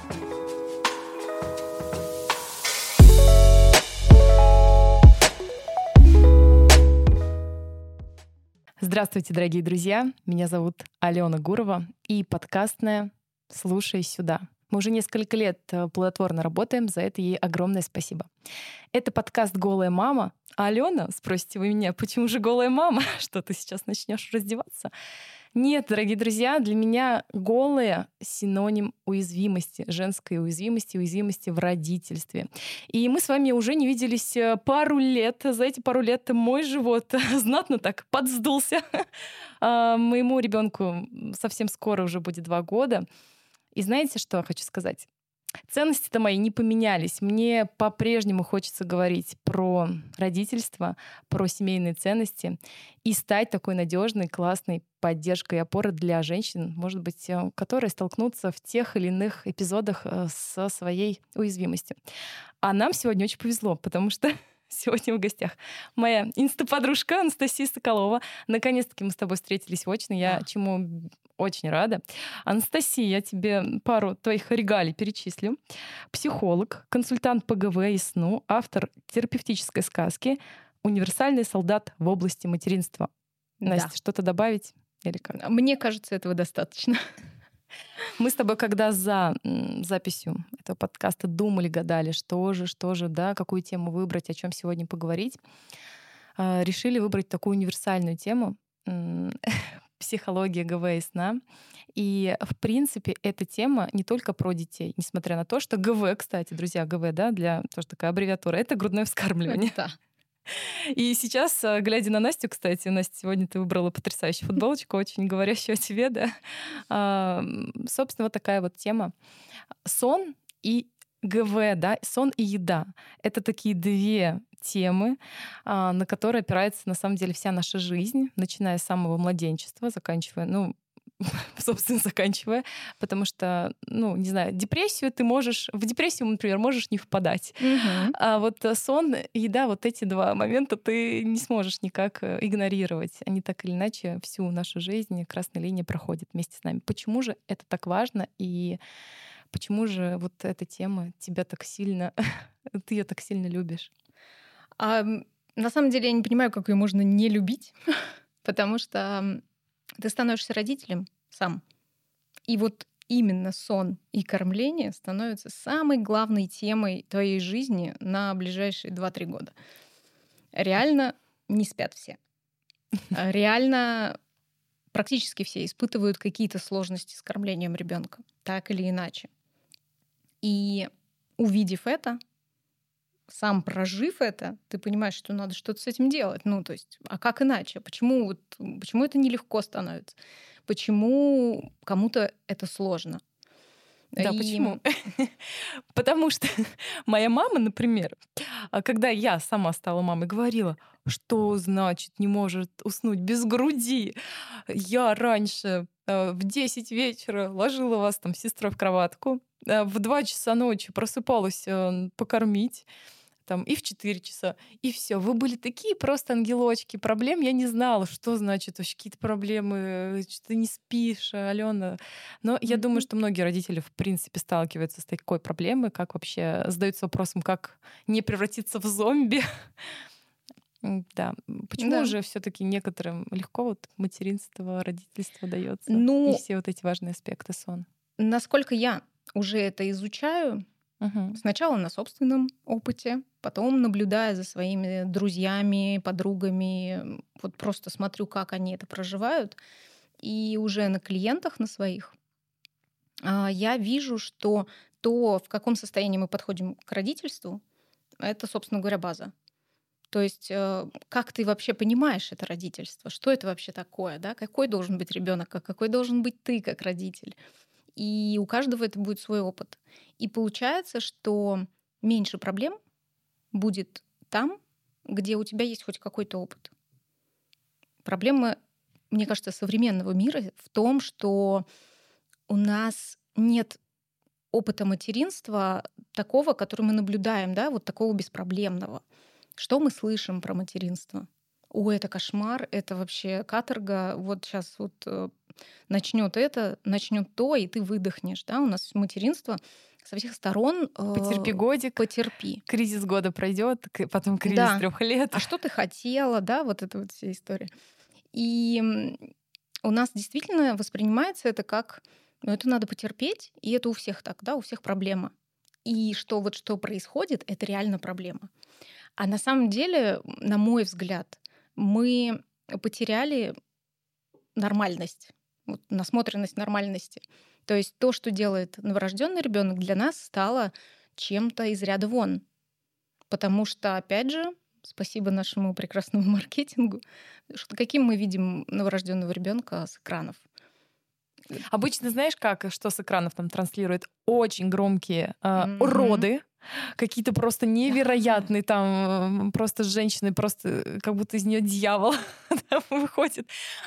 Здравствуйте, дорогие друзья! Меня зовут Алена Гурова и подкастная «Слушай сюда». Мы уже несколько лет плодотворно работаем, за это ей огромное спасибо. Это подкаст «Голая мама». А Алена, спросите вы меня, почему же голая мама? Что ты сейчас начнешь раздеваться? Нет, дорогие друзья, для меня голая — синоним уязвимости, женской уязвимости, уязвимости в родительстве. И мы с вами уже не виделись пару лет. За эти пару лет мой живот знатно так подсдулся. Моему ребенку совсем скоро уже будет 2 года. И знаете, что я хочу сказать? Ценности-то мои не поменялись. Мне по-прежнему хочется говорить про родительство, про семейные ценности и стать такой надежной, классной поддержкой и опорой для женщин, может быть, которые столкнутся в тех или иных эпизодах со своей уязвимостью. А нам сегодня очень повезло, потому что сегодня в гостях моя инста-подружка Анастасия Соколова. Наконец-таки мы с тобой встретились очно. Я чему очень рада. Анастасия, я тебе пару твоих регалий перечислю. Психолог, консультант по ГВ и сну, автор терапевтической сказки, универсальный солдат в области материнства. Настя, что-то добавить? Или как? Мне кажется, этого достаточно. Мы с тобой, когда за записью этого подкаста думали, гадали, что же, да, какую тему выбрать, о чем сегодня поговорить, решили выбрать такую универсальную тему — психология ГВ и сна. И, в принципе, эта тема не только про детей, несмотря на то, что ГВ, кстати, друзья, ГВ, да, для тоже такая аббревиатура, это грудное вскармливание. Да. И сейчас, глядя на Настю, кстати, Настя, сегодня ты выбрала потрясающую футболочку, очень говорящую о тебе, да. Собственно, вот такая вот тема. Сон и ГВ, да, сон и еда — это такие две темы, на которые опирается на самом деле вся наша жизнь, начиная с самого младенчества, заканчивая, собственно, заканчивая, потому что, не знаю, в депрессию, например, можешь не впадать. А вот сон и еда, вот эти два момента ты не сможешь никак игнорировать. Они так или иначе всю нашу жизнь, красная линия проходит вместе с нами. Почему же это так важно и почему же вот эта тема тебя так сильно, ты ее так сильно любишь? На самом деле я не понимаю, как ее можно не любить, потому что ты становишься родителем сам. И вот именно сон и кормление становятся самой главной темой твоей жизни на ближайшие 2-3 года. Реально не спят все. Реально практически все испытывают какие-то сложности с кормлением ребенка, так или иначе. И увидев это, сам прожив это, ты понимаешь, что надо что-то с этим делать. То есть, а как иначе? Почему это нелегко становится? Почему кому-то это сложно? Да, почему? Потому что моя мама, например, когда я сама стала мамой, говорила, что значит не может уснуть без груди. Я раньше в 10 вечера ложила вас там с сестрой в кроватку, в 2 часа ночи просыпалась покормить, там, и в 4 часа, и все. Вы были такие просто ангелочки. Проблем я не знала, что значит вообще какие-то проблемы, что ты не спишь, Алена. Но я думаю, что многие родители, в принципе, сталкиваются с такой проблемой, как вообще задаются вопросом, как не превратиться в зомби. Да. Почему же все-таки некоторым легко вот материнство, родительство дается? И все вот эти важные аспекты сона? Насколько я уже это изучаю, сначала на собственном опыте, потом наблюдая за своими друзьями, подругами, вот просто смотрю, как они это проживают. И уже на клиентах, на своих, я вижу, что то, в каком состоянии мы подходим к родительству, это, собственно говоря, база. То есть как ты вообще понимаешь это родительство? Что это вообще такое? Да? Какой должен быть ребенок, а какой должен быть ты как родитель? И у каждого это будет свой опыт. И получается, что меньше проблем будет там, где у тебя есть хоть какой-то опыт. Проблема, мне кажется, современного мира в том, что у нас нет опыта материнства такого, который мы наблюдаем, да, вот такого беспроблемного. Что мы слышим про материнство? Ой, это кошмар, это вообще каторга. Вот сейчас вот начнет это, начнет то, и ты выдохнешь. Да? У нас материнство со всех сторон. Потерпи годик, потерпи. Кризис года пройдет, потом кризис Да. 3 лет. А что ты хотела, да, вот эта вот вся история. И у нас действительно воспринимается это как, ну, это надо потерпеть, и это у всех так, да, у всех проблема. И что вот что происходит, это реально проблема. А на самом деле, на мой взгляд, мы потеряли нормальность, вот, насмотренность нормальности. То есть то, что делает новорожденный ребенок, для нас стало чем-то из ряда вон. Потому что, опять же, спасибо нашему прекрасному маркетингу, каким мы видим новорожденного ребенка с экранов. Обычно знаешь, что с экранов там транслирует? Очень громкие роды, какие-то просто невероятные, там просто женщины, просто как будто из нее дьявол выходит.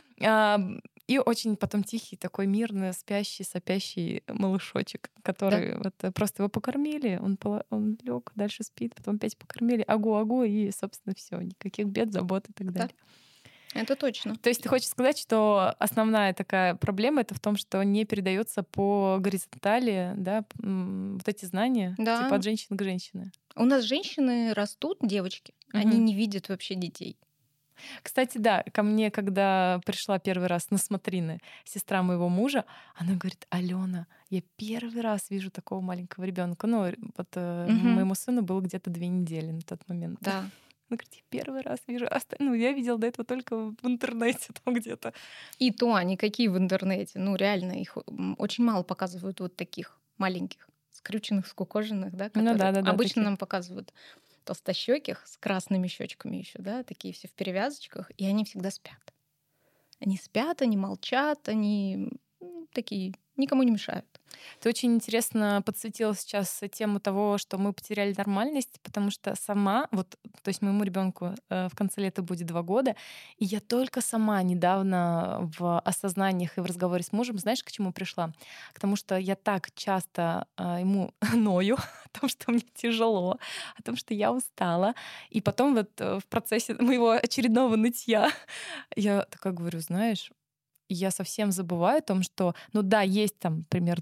И очень потом тихий, такой мирный, спящий, сопящий малышочек, который вот просто его покормили, он лег, дальше спит, потом опять покормили, агу-агу, и, собственно, все, никаких бед, забот и так далее. Это точно. То есть ты хочешь сказать, что основная такая проблема это в том, что не передается по горизонтали, да, вот эти знания, типа от женщины к женщине. У нас женщины растут, девочки, они не видят вообще детей. Кстати, да, ко мне, когда пришла первый раз на смотрины сестра моего мужа, она говорит: Алена, я первый раз вижу такого маленького ребенка. Ну, вот моему сыну было где-то 2 недели на тот момент. Да. Она говорит, я первый раз вижу. Ну, я видела до этого только в интернете там где-то. И то они какие в интернете. Ну, реально, их очень мало показывают вот таких маленьких, скрюченных, скукоженных, да, которые обычно такие. Нам показывают толстощёких с красными щечками еще, да, такие все в перевязочках, и они всегда спят. Они спят, они молчат, они такие, никому не мешают. Ты очень интересно подсветила сейчас тему того, что мы потеряли нормальность, потому что сама, вот, то есть моему ребенку в конце лета будет 2 года, и я только сама недавно в осознаниях и в разговоре с мужем, знаешь, к чему пришла? К тому, что я так часто ему ною о том, что мне тяжело, о том, что я устала, и потом вот в процессе моего очередного нытья я такая говорю, знаешь, я совсем забываю о том, что, ну да, есть там, например,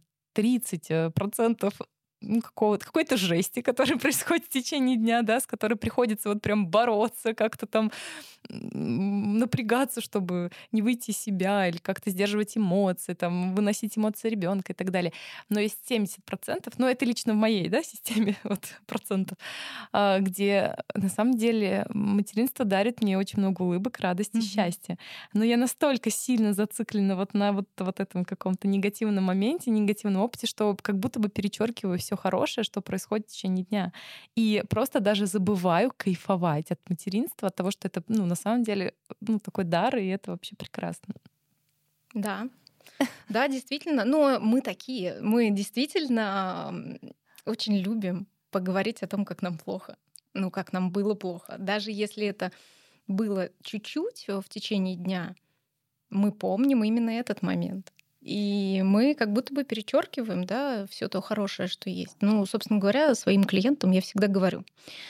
30% какой-то жести, которая происходит в течение дня, да, с которой приходится вот прям бороться, как-то там напрягаться, чтобы не выйти из себя или как-то сдерживать эмоции, там, выносить эмоции ребенка и так далее. Но есть 70%, но это лично в моей, да, системе вот, процентов, где на самом деле материнство дарит мне очень много улыбок, радости, счастья. Но я настолько сильно зациклена вот на вот этом каком-то негативном моменте, негативном опыте, что как будто бы перечеркиваю все хорошее, что происходит в течение дня. И просто даже забываю кайфовать от материнства, от того, что это, ну, на самом деле, ну, такой дар, и это вообще прекрасно. Да. Да, действительно. Но мы такие. Мы действительно очень любим поговорить о том, как нам плохо. Ну, как нам было плохо. Даже если это было чуть-чуть в течение дня, мы помним именно этот момент. И мы как будто бы перечеркиваем, да, все то хорошее, что есть. Ну, собственно говоря, своим клиентам я всегда говорю: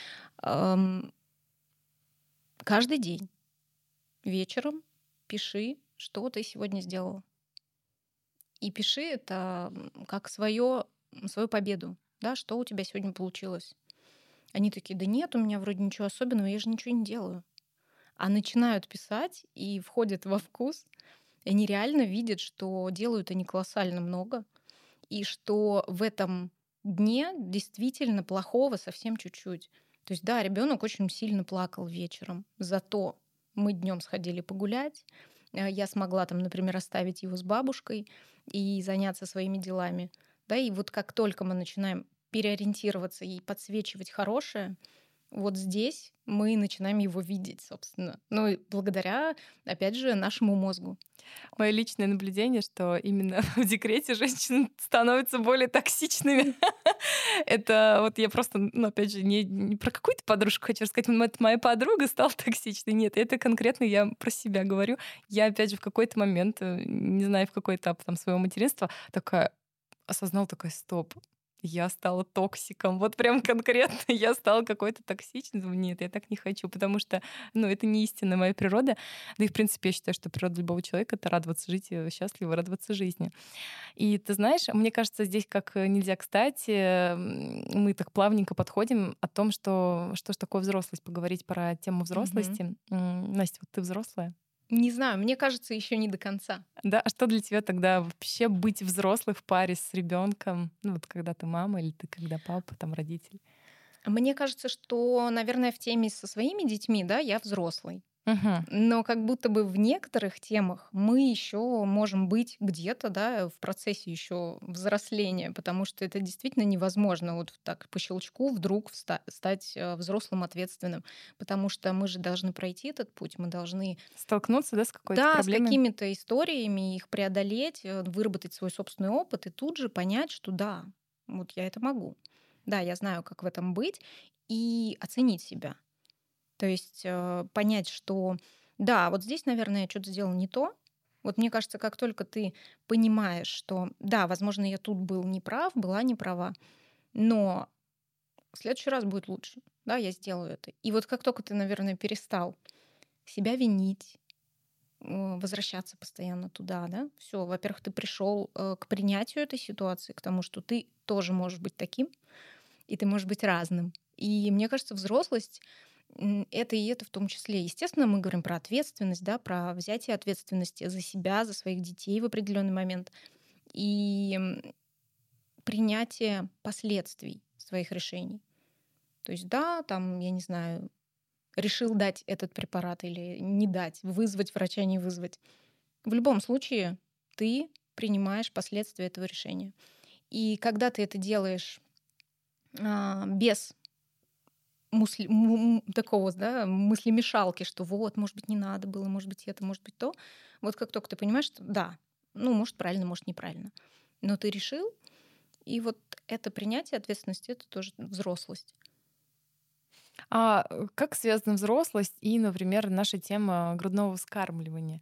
каждый день вечером пиши, что ты сегодня сделала. И пиши это как свою победу, да, что у тебя сегодня получилось. Они такие: да нет, у меня вроде ничего особенного, я же ничего не делаю. А начинают писать и входят во вкус. И они реально видят, что делают они колоссально много, и что в этом дне действительно плохого совсем чуть-чуть. То есть, да, ребенок очень сильно плакал вечером, зато мы днем сходили погулять, я смогла там, например, оставить его с бабушкой и заняться своими делами. Да, и вот как только мы начинаем переориентироваться и подсвечивать хорошее, вот здесь мы начинаем его видеть, собственно. Ну и благодаря, опять же, нашему мозгу. Мое личное наблюдение, что именно в декрете женщины становятся более токсичными. Это вот я просто, ну, опять же, не про какую-то подружку хочу рассказать, это моя подруга стала токсичной. Нет, это конкретно я про себя говорю. Я, опять же, в какой-то момент, не знаю, в какой этап там своего материнства, такая осознала, такая: стоп, я стала токсиком. Вот прям конкретно я стала какой-то токсичной. Думаю, нет, я так не хочу, потому что, ну, это не истинная моя природа. Да и, в принципе, я считаю, что природа любого человека — это радоваться жить, счастливо радоваться жизни. И ты знаешь, мне кажется, здесь как нельзя кстати, мы так плавненько подходим о том, что ж такое взрослость, поговорить про тему взрослости. Настя, вот ты взрослая? Не знаю, мне кажется, еще не до конца. Да, а что для тебя тогда вообще быть взрослой в паре с ребенком? Ну вот когда ты мама или ты когда папа, там родитель? Мне кажется, что, наверное, в теме со своими детьми, да, я взрослый. Мгм. Но как будто бы в некоторых темах мы еще можем быть где-то, да, в процессе еще взросления, потому что это действительно невозможно вот так по щелчку вдруг стать взрослым, ответственным, потому что мы же должны пройти этот путь, мы должны, Столкнуться, да, с какой-то да, с проблемой? какими-то историями их преодолеть, выработать свой собственный опыт и тут же понять, что да, вот я это могу. Да, я знаю, как в этом быть, и оценить себя. То есть понять, что да, вот здесь, наверное, я что-то сделала не то. Вот мне кажется, как только ты понимаешь, что да, возможно, я тут был неправ, была неправа, но в следующий раз будет лучше. Да, я сделаю это. И вот как только ты, наверное, перестал себя винить, возвращаться постоянно туда, да, все, во-первых, ты пришел к принятию этой ситуации, к тому, что ты тоже можешь быть таким, и ты можешь быть разным. И мне кажется, взрослость это и это в том числе. Естественно, мы говорим про ответственность, да, про взятие ответственности за себя, за своих детей в определенный момент и принятие последствий своих решений. То есть, да, там, я не знаю, решил дать этот препарат или не дать, вызвать врача, не вызвать. В любом случае ты принимаешь последствия этого решения. И когда ты это делаешь без такого, да, мыслемешалки, что вот, может быть, не надо было, может быть, это, может быть, то. Вот как только ты понимаешь, что да, ну, может, правильно, может, неправильно. Но ты решил, и вот это принятие ответственности — это тоже взрослость. Как связана взрослость и, например, наша тема грудного вскармливания?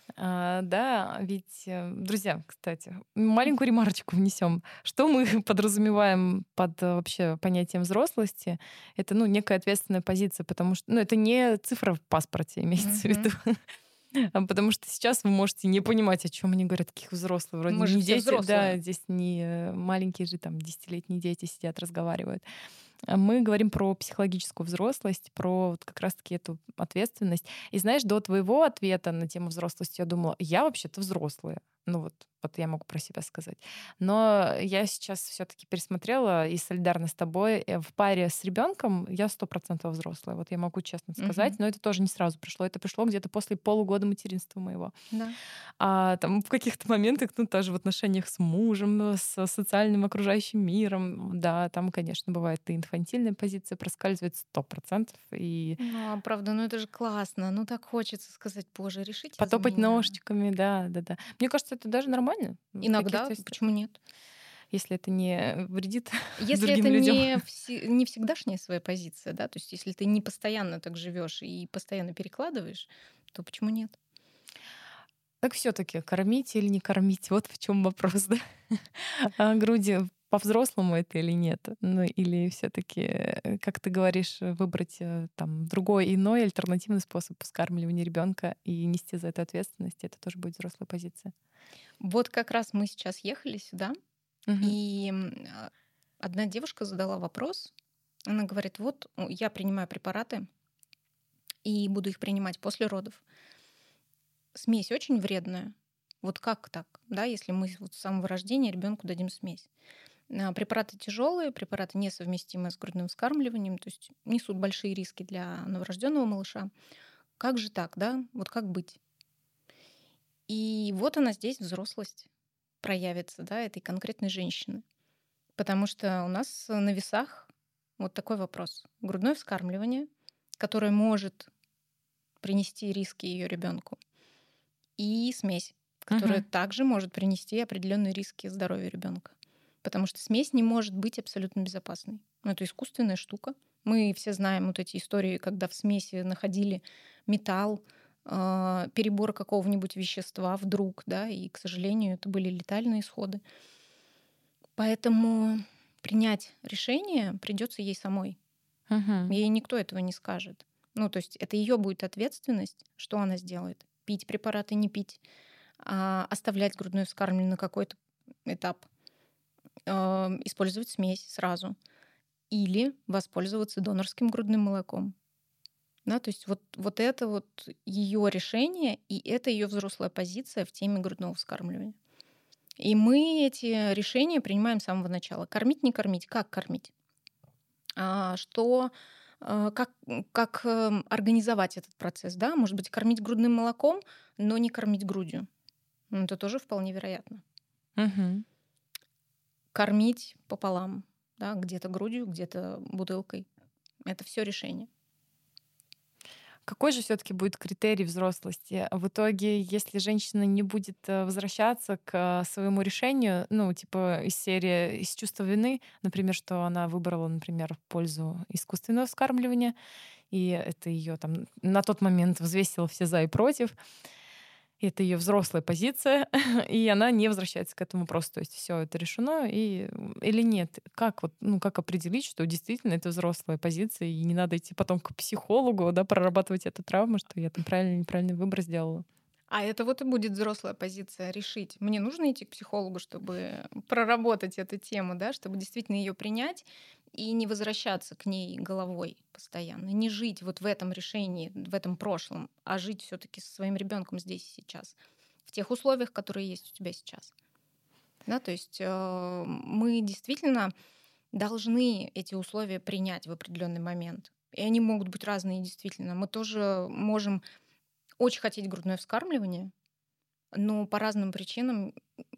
Да, ведь, друзья, кстати, маленькую ремарочку внесем. Что мы подразумеваем под вообще понятием взрослости? Это, ну, некая ответственная позиция, потому что, ну, это не цифра в паспорте, имеется в Мгм. виду. Потому что сейчас вы можете не понимать, о чем они говорят, каких взрослых. Вроде Мы же не все дети, да, взрослые. здесь не маленькие же там десятилетние дети сидят, разговаривают. Мы говорим про психологическую взрослость, про вот как раз-таки эту ответственность. И знаешь, до твоего ответа на тему взрослости я думала, я вообще-то взрослая. Ну вот я могу про себя сказать. Но я сейчас все-таки пересмотрела и солидарна с тобой. В паре с ребенком я 100% взрослая. Вот я могу честно сказать, Мгм. но это тоже не сразу пришло. Это пришло где-то после полугода материнства моего. Да. А там в каких-то моментах, ну, тоже в отношениях с мужем, с социальным окружающим миром, да, там, конечно, бывает и инфантильная позиция проскальзывает 100%, и Правда, ну это же классно. Ну так хочется сказать, боже, решите за потопать меня. ножичками, да, да-да. Мне кажется, это даже нормально в Иногда, каких-то почему нет? если это не вредит Если другим это людям. не всегдашняя своя позиция, да, то есть если ты не постоянно так живешь и постоянно перекладываешь, то почему нет? Так все таки кормить или не кормить? Вот в чем вопрос, да? Груди по-взрослому это или нет? Ну, или все таки как ты говоришь, выбрать, там другой, иной альтернативный способ вскармливания ребенка и нести за это ответственность — это тоже будет взрослая позиция. Вот как раз мы сейчас ехали сюда, Мгм. и одна девушка задала вопрос. Она говорит, вот я принимаю препараты и буду их принимать после родов. Смесь очень вредная. Вот как так, да, если мы вот с самого рождения ребенку дадим смесь? Препараты тяжелые, препараты несовместимые с грудным вскармливанием, то есть несут большие риски для новорожденного малыша. Как же так, да? Вот как быть? И вот она здесь взрослость проявится, да, этой конкретной женщины. Потому что у нас на весах вот такой вопрос. Грудное вскармливание, которое может принести риски ее ребенку, и смесь, которая Мгм. также может принести определенные риски здоровью ребенка. Потому что смесь не может быть абсолютно безопасной. Ну, это искусственная штука. Мы все знаем вот эти истории, когда в смеси находили металл, перебор какого-нибудь вещества вдруг, да, и, к сожалению, это были летальные исходы. Поэтому принять решение придется ей самой. Ей никто этого не скажет. Ну, то есть это ее будет ответственность, что она сделает. Пить препараты, не пить, оставлять грудное вскармливание на какой-то этап, использовать смесь сразу или воспользоваться донорским грудным молоком. Да, то есть вот это вот ее решение, и это ее взрослая позиция в теме грудного вскармливания. И мы эти решения принимаем с самого начала. Кормить, не кормить, как кормить, как организовать этот процесс, да, может быть, кормить грудным молоком, но не кормить грудью. Ну, это тоже вполне вероятно. Кормить пополам, да, где-то грудью, где-то бутылкой. Это все решение. Какой же все-таки будет критерий взрослости? В итоге, если женщина не будет возвращаться к своему решению, ну, типа из серии из чувства вины, например, что она выбрала, например, в пользу искусственного вскармливания, и это ее там на тот момент взвесило все за и против. И это ее взрослая позиция, и она не возвращается к этому вопросу. То есть все это решено или нет? Как как определить, что действительно это взрослая позиция, и не надо идти потом к психологу, да, прорабатывать эту травму, что я там правильный или неправильный выбор сделала? А это вот и будет взрослая позиция решить. Мне нужно идти к психологу, чтобы проработать эту тему, да, чтобы действительно ее принять и не возвращаться к ней головой постоянно, не жить вот в этом решении, в этом прошлом, а жить все-таки со своим ребенком здесь и сейчас, в тех условиях, которые есть у тебя сейчас. Да, то есть мы действительно должны эти условия принять в определенный момент. И они могут быть разные, действительно. Мы тоже можем очень хотеть грудное вскармливание, но по разным причинам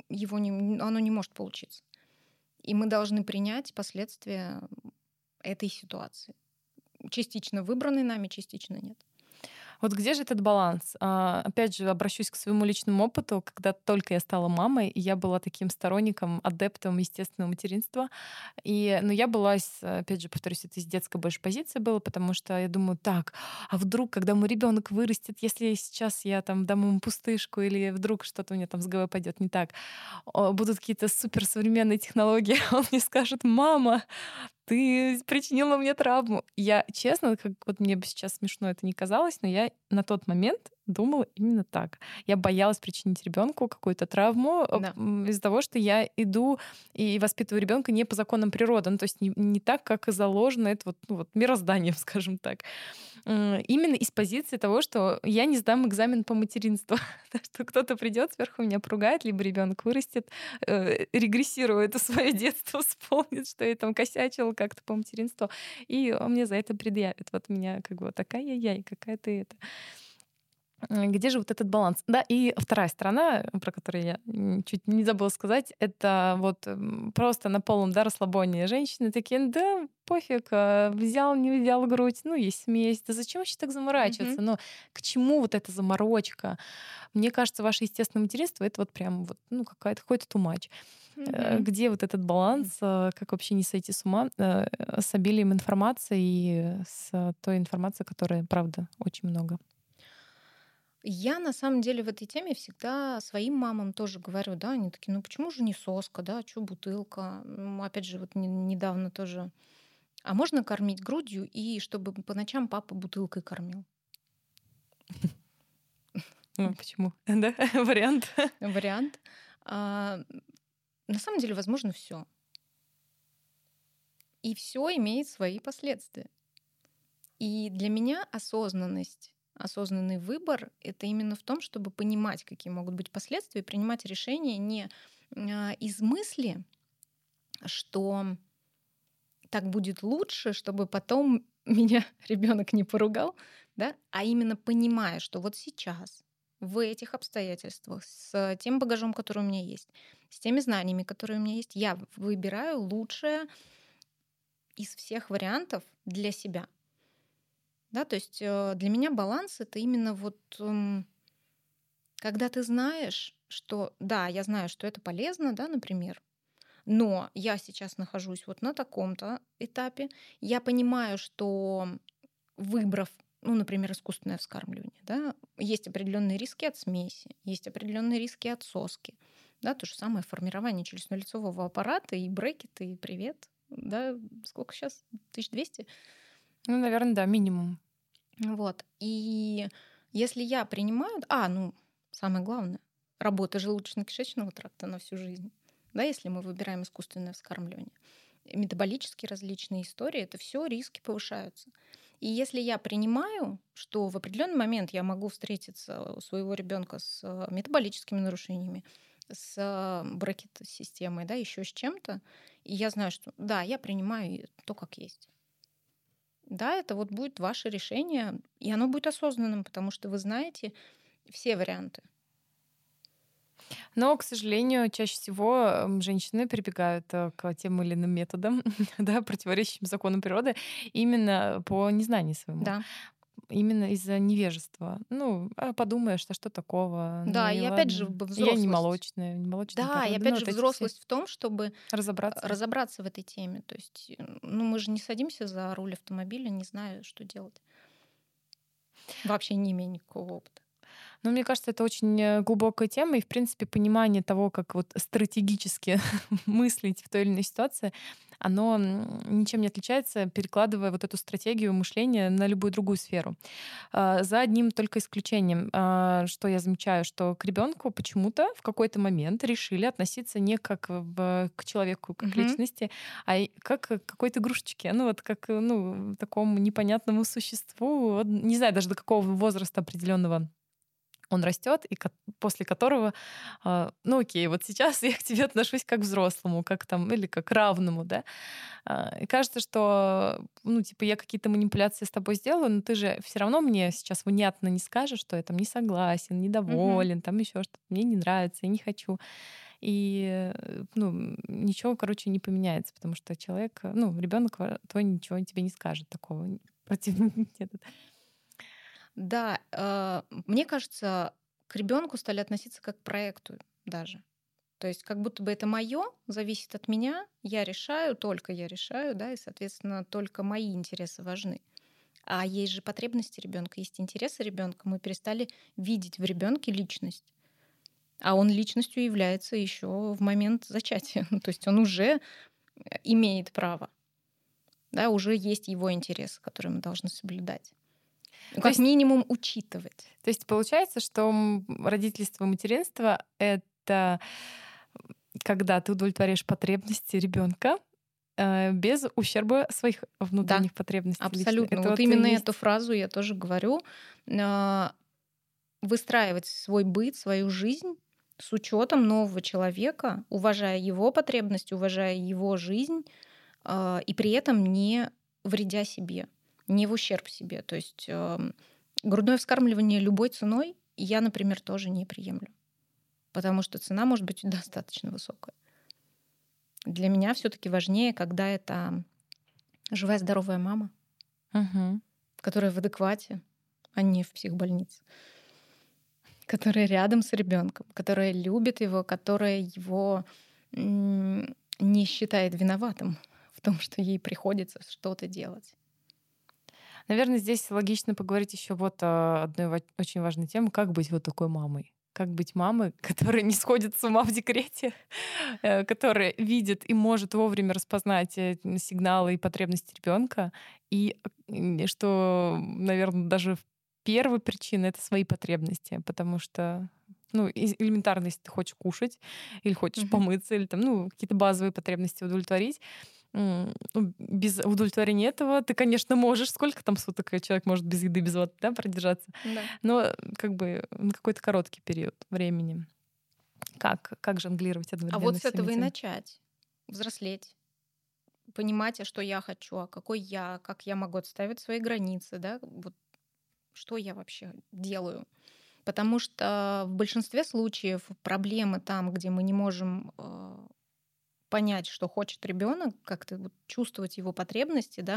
оно не может получиться. И мы должны принять последствия этой ситуации. Частично выбранной нами, частично нет. Вот где же этот баланс? Опять же, обращусь к своему личному опыту. Когда только я стала мамой, я была таким сторонником, адептом естественного материнства. Но я была, опять же, повторюсь, это из детской больше позиции было, потому что я думаю, так, а вдруг, когда мой ребенок вырастет, если сейчас я там дам ему пустышку, или вдруг что-то у меня там с головой пойдет не так, будут какие-то суперсовременные технологии, он мне скажет: мама, ты причинила мне травму. Я, честно, как вот мне бы сейчас смешно это не казалось, но я на тот момент думала именно так. Я боялась причинить ребенку какую-то травму Да. из-за того, что я иду и воспитываю ребенка не по законам природы, ну, то есть не так, как и заложено это мирозданием, скажем так. Именно из позиции того, что я не сдам экзамен по материнству, что кто-то придет сверху меня поругает, либо ребенок вырастет, регрессирует это свое детство, вспомнит, что я там косячила как-то по материнству, и он мне за это предъявит. Вот у меня как бы такая яй, какая ты это. Где же вот этот баланс? Да, и вторая сторона, про которую я чуть не забыла сказать, это просто на полном, да, расслабоне женщины такие: да, пофиг, взял, не взял грудь, ну, есть смесь, да зачем вообще так заморачиваться? Ну, к чему вот эта заморочка? Мне кажется, ваше естественное материнство — это прям какой-то тумач. Где вот этот баланс, как вообще не сойти с ума с обилием информации и с той информацией, которой, правда, очень много? Я на самом деле в этой теме всегда своим мамам тоже говорю, да, они такие: ну почему же не соска, да, что бутылка? Опять же, вот недавно тоже. А можно кормить грудью, и чтобы по ночам папа бутылкой кормил? Почему? Да, вариант. Вариант. На самом деле возможно все. И все имеет свои последствия. И для меня осознанный выбор — это именно в том, чтобы понимать, какие могут быть последствия, и принимать решения не из мысли, что так будет лучше, чтобы потом меня ребенок не поругал, да, а именно понимая, что вот сейчас в этих обстоятельствах, с тем багажом, который у меня есть, с теми знаниями, которые у меня есть, я выбираю лучшее из всех вариантов для себя. Да, то есть для меня баланс — это именно когда ты знаешь, что да, я знаю, что это полезно, да, например, но я сейчас нахожусь вот на таком-то этапе, я понимаю, что выбрав, ну, например, искусственное вскармливание, да, есть определенные риски от смеси, есть определенные риски от соски, да, то же самое формирование челюстно-лицевого аппарата и брекеты, и привет, да, сколько сейчас? 1200? Ну, наверное, да, минимум. Вот. И если я принимаю... самое главное, работа желудочно-кишечного тракта на всю жизнь. Да, если мы выбираем искусственное вскармливание. Метаболические различные истории, это все риски повышаются. И если я принимаю, что в определенный момент я могу встретиться у своего ребенка с метаболическими нарушениями, с брекет-системой, да, еще с чем-то, и я знаю, что да, я принимаю то, как есть. Да, это вот будет ваше решение, и оно будет осознанным, потому что вы знаете все варианты. Но, к сожалению, чаще всего женщины прибегают к тем или иным методам, да, противоречащим законам природы, именно по незнанию своему. Да. Именно из-за невежества. Ну, подумаешь, что такого? Ну Да, и и опять же ладно. Я не взрослость. молочная, не молочная Да, и порода. опять Ну, же вот эти все. взрослость в том, чтобы Разобраться. разобраться в этой теме. То есть, мы же не садимся за руль автомобиля, не зная, что делать. Вообще не имея никакого опыта. Ну, мне кажется, это очень глубокая тема, и, в принципе, понимание того, как вот стратегически мыслить в той или иной ситуации, оно ничем не отличается, перекладывая вот эту стратегию мышления на любую другую сферу. За одним только исключением, что я замечаю, что к ребенку почему-то в какой-то момент решили относиться не как к человеку, как к личности, а как к какой-то игрушечке. Ну, вот как такому непонятному существу. Вот не знаю даже до какого возраста определенного он растет, и после которого, ну окей, вот сейчас я к тебе отношусь как к взрослому, как там, или как к равному, да. И кажется, что, ну, типа, я какие-то манипуляции с тобой сделаю, но ты же все равно мне сейчас внятно не скажешь, что я там не согласен, недоволен, там еще что-то, мне не нравится, я не хочу. И, ну, ничего, короче, не поменяется, потому что человек, ну, ребенок твой ничего тебе не скажет такого. Противный метод. Да, мне кажется, к ребенку стали относиться как к проекту даже. То есть как будто бы это мое, зависит от меня, только я решаю, да, и, соответственно, только мои интересы важны. А есть же потребности ребенка, есть интересы ребенка. Мы перестали видеть в ребенке личность. А он личностью является еще в момент зачатия. То есть он уже имеет право. Да, уже есть его интересы, которые мы должны соблюдать. Как минимум учитывать. То есть получается, что родительство и материнство — это когда ты удовлетворяешь потребности ребенка без ущерба своих внутренних потребностей. Абсолютно. Это вот именно эту фразу я тоже говорю. Выстраивать свой быт, свою жизнь с учетом нового человека, уважая его потребности, уважая его жизнь, и при этом не вредя себе, не в ущерб себе. То есть грудное вскармливание любой ценой я, например, тоже не приемлю, потому что цена может быть достаточно высокая. Для меня все-таки важнее, когда это живая, здоровая мама, которая в адеквате, а не в психбольнице, которая рядом с ребенком, которая любит его, которая его не считает виноватым в том, что ей приходится что-то делать. Наверное, здесь логично поговорить еще вот о одной очень важной теме: как быть вот такой мамой. Как быть мамой, которая не сходит с ума в декрете, которая видит и может вовремя распознать сигналы и потребности ребенка, и что, наверное, даже первая причина — это свои потребности, потому что, ну, элементарно, если ты хочешь кушать или хочешь помыться, или там, ну, какие-то базовые потребности удовлетворить, без удовлетворения этого ты, конечно, можешь. Сколько там суток человек может без еды, без воды, да, продержаться? Да. Но как бы на какой-то короткий период времени. Как жонглировать одновременно? А вот с этого и начать. Взрослеть. Понимать, что я хочу, а какой я, как я могу отставить свои границы, да, вот что я вообще делаю. Потому что в большинстве случаев проблемы там, где мы не можем понять, что хочет ребенок, как-то вот чувствовать его потребности, да,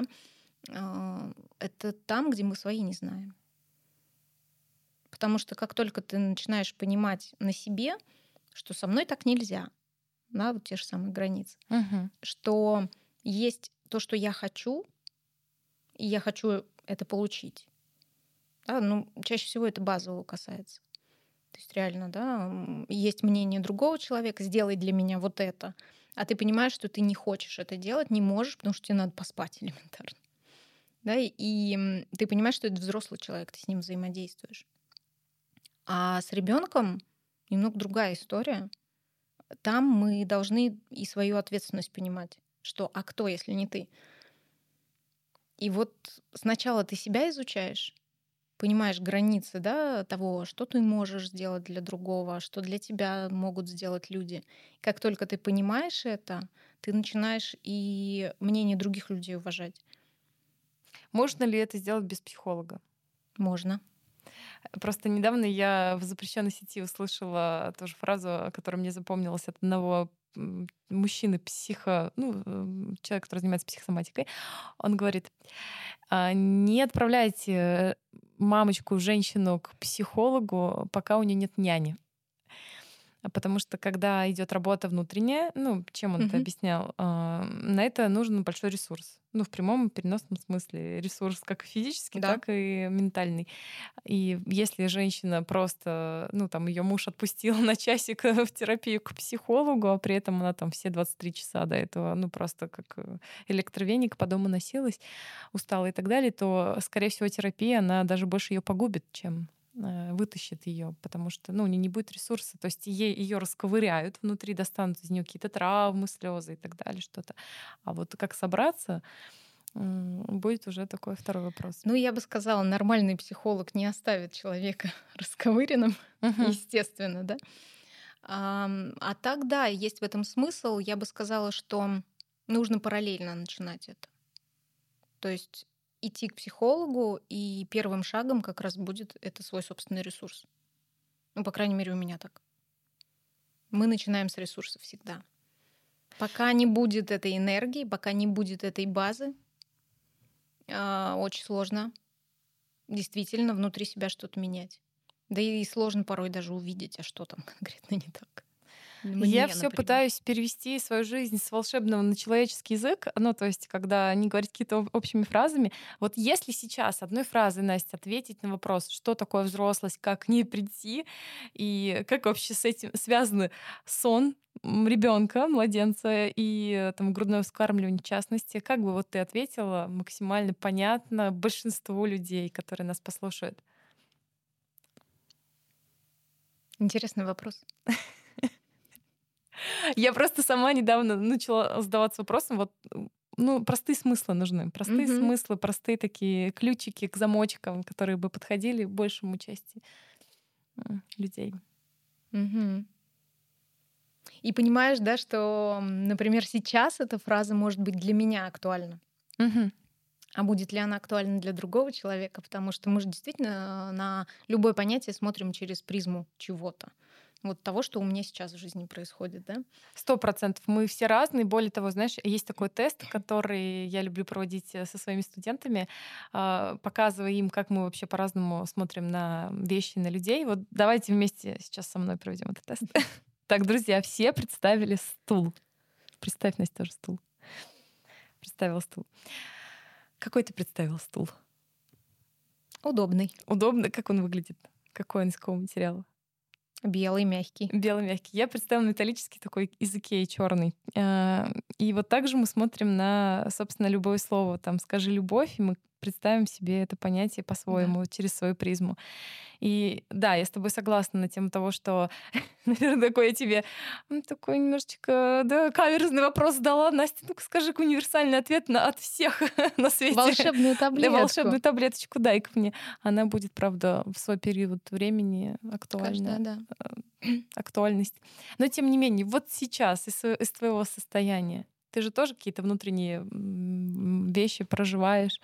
это там, где мы свои не знаем. Потому что как только ты начинаешь понимать на себе, что со мной так нельзя, да, вот те же самые границы, что есть то, что я хочу, и я хочу это получить. Да, ну, чаще всего это базового касается. То есть реально, да, есть мнение другого человека, сделай для меня вот это. А ты понимаешь, что ты не хочешь это делать, не можешь, потому что тебе надо поспать элементарно. Да, и ты понимаешь, что это взрослый человек, ты с ним взаимодействуешь. А с ребенком немного другая история. Там мы должны и свою ответственность понимать, что а кто, если не ты? И вот сначала ты себя изучаешь, понимаешь границы, да, того, что ты можешь сделать для другого, что для тебя могут сделать люди. Как только ты понимаешь это, ты начинаешь и мнение других людей уважать. Можно ли это сделать без психолога? Можно. Просто недавно я в запрещенной сети услышала тоже фразу, которая мне запомнилась от одного мужчины, человек, который занимается психосоматикой. Он говорит: не отправляйте мамочку, женщину к психологу, пока у нее нет няни. Потому что когда идет работа внутренняя, чем он это объяснял, на это нужен большой ресурс. В прямом и переносном смысле. Ресурс как физический, Да. так и ментальный. И если женщина просто, ее муж отпустил на часик в терапию к психологу, а при этом она там все 23 часа до этого, просто как электровеник по дому носилась, устала и так далее, то, скорее всего, терапия, она даже больше ее погубит, чем вытащит ее, потому что у нее не будет ресурса. То есть ее расковыряют внутри, достанут из нее какие-то травмы, слезы и так далее, что-то. А вот как собраться, будет уже такой второй вопрос. Я бы сказала, нормальный психолог не оставит человека расковыренным, естественно, да. А так, да, есть в этом смысл. Я бы сказала, что нужно параллельно начинать это. То есть идти к психологу, и первым шагом как раз будет это свой собственный ресурс. По крайней мере, у меня так. Мы начинаем с ресурсов всегда. Пока не будет этой энергии, пока не будет этой базы, очень сложно действительно внутри себя что-то менять. Да и сложно порой даже увидеть, а что там конкретно не так. Я все пытаюсь перевести свою жизнь с волшебного на человеческий язык. То есть, когда не говорить какими-то общими фразами. Вот если сейчас одной фразой, Настя, ответить на вопрос, что такое взрослость, как к ней прийти, и как вообще с этим связаны сон ребенка, младенца и грудное вскармливание в частности, как бы вот ты ответила максимально понятно большинству людей, которые нас послушают? Интересный вопрос. Я просто сама недавно начала задаваться вопросом, простые смыслы нужны. Простые смыслы, простые такие ключики к замочкам, которые бы подходили большему части людей. И понимаешь, да, что, например, сейчас эта фраза может быть для меня актуальна. А будет ли она актуальна для другого человека? Потому что мы же действительно на любое понятие смотрим через призму чего-то. Вот того, что у меня сейчас в жизни происходит, да? 100%. Мы все разные. Более того, знаешь, есть такой тест, который я люблю проводить со своими студентами, показывая им, как мы вообще по-разному смотрим на вещи, на людей. Вот давайте вместе сейчас со мной проведем этот тест. Так, друзья, все представили стул. Представь, Настя, тоже стул. Представила стул. Какой ты представила стул? Удобный. Удобный? Как он выглядит? Какой он из какого материала? Белый, мягкий. Белый, мягкий. Я представила металлический такой из Икеи, черный. И вот также мы смотрим на, собственно, любое слово. Там «скажи любовь», и мы представим себе это понятие по-своему, через свою призму. И да, я с тобой согласна на тему того, что, наверное, такой я тебе такой немножечко, каверзный вопрос задала. Настя, ну-ка скажи универсальный ответ от всех на свете. Волшебную таблетку. Да, волшебную таблеточку дай-ка мне. Она будет, правда, в свой период времени актуальна. Да. Актуальность. Но тем не менее, вот сейчас из твоего состояния ты же тоже какие-то внутренние вещи проживаешь.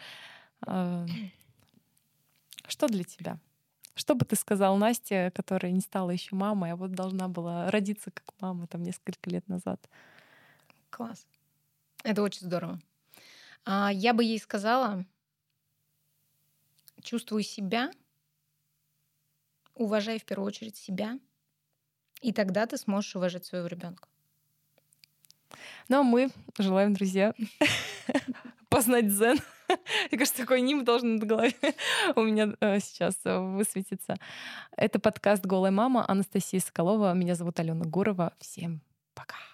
Что для тебя? Что бы ты сказал Насте, которая не стала еще мамой, а вот должна была родиться как мама там несколько лет назад? Класс. Это очень здорово. Я бы ей сказала: чувствуй себя, уважай в первую очередь себя, и тогда ты сможешь уважать своего ребенка. Ну а мы желаем, друзья, познать дзен Мне кажется, такой нимб должен над головой у меня сейчас высветиться. Это подкаст «Голая мама», Анастасия Соколова. Меня зовут Алена Гурова. Всем пока.